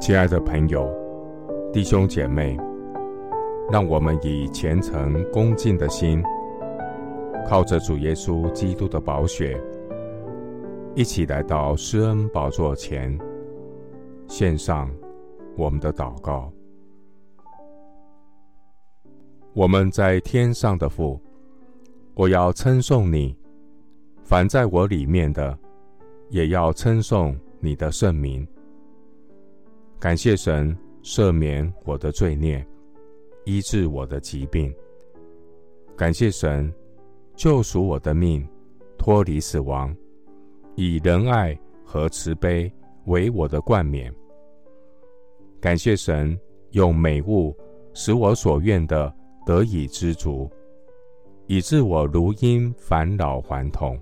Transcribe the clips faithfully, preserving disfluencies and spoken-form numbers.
亲爱的朋友、弟兄姐妹，让我们以虔诚恭敬的心，靠着主耶稣基督的宝血，一起来到施恩宝座前，献上我们的祷告。我们在天上的父，我要称颂你，凡在我里面的，也要称颂你的圣名。感谢神赦免我的罪孽，医治我的疾病。感谢神救赎我的命，脱离死亡，以仁爱和慈悲为我的冠冕。感谢神用美物使我所愿的得以知足，以致我如婴返老还童。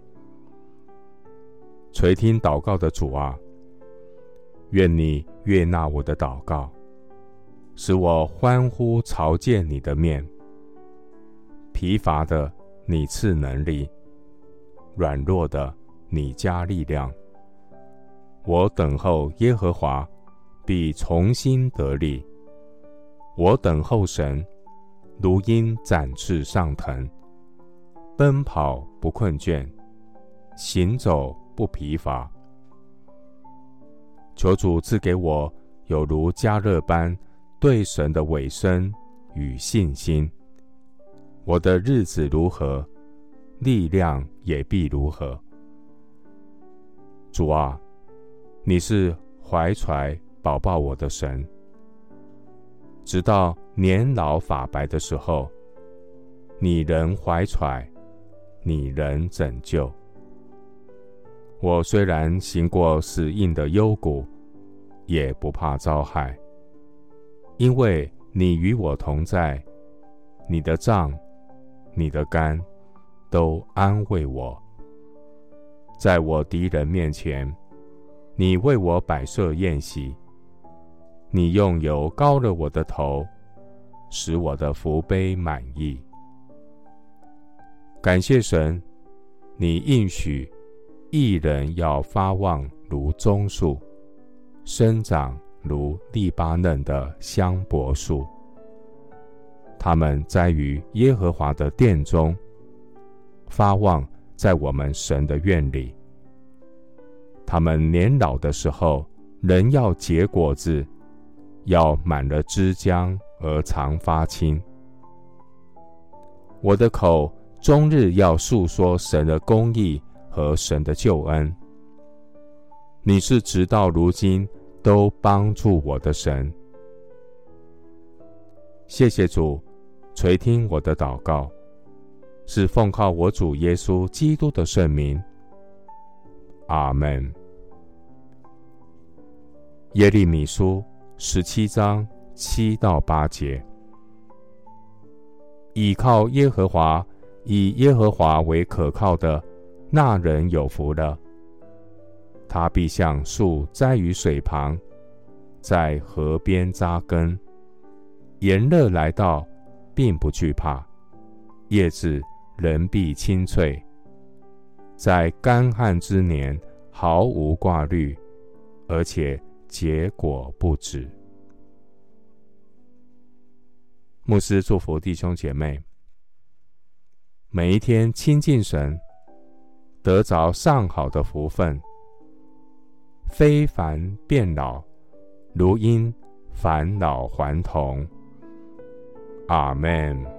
垂听祷告的主啊，愿你悦纳我的祷告，使我欢呼朝见你的面。疲乏的你赐能力，软弱的你加力量。我等候耶和华，必重新得力。我等候神，如鹰展翅上腾，奔跑不困倦，行走不疲乏。求主赐给我有如加热般对神的委身与信心。我的日子如何，力量也必如何。主啊，你是怀揣保抱我的神，直到年老发白的时候，你仍怀揣，你仍拯救。我虽然行过死荫的幽谷，也不怕遭害，因为你与我同在，你的杖、你的竿都安慰我。在我敌人面前，你为我摆设宴席，你用油膏了我的头，使我的福杯满溢。感谢神，你应许义人要发旺如棕树，生长如利巴嫩的香柏树。他们栽于耶和华的殿中，发旺在我们神的院里。他们年老的时候，仍要结果子，要满了枝浆而常发青。我的口终日要述说神的公义和神的救恩。你是直到如今都帮助我的神。谢谢主垂听我的祷告，是奉靠我主耶稣基督的圣名。阿们。耶利米书十七章七到八节。倚靠耶和华，以耶和华为可靠的，那人有福了。他必像树栽于水旁，在河边扎根，炎热来到，并不惧怕，叶子仍必青翠。在干旱之年毫无挂虑，而且结果不止。牧师祝福弟兄姐妹，每一天亲近神，得着上好的福分，非凡变老，如鹰返老还童。阿们。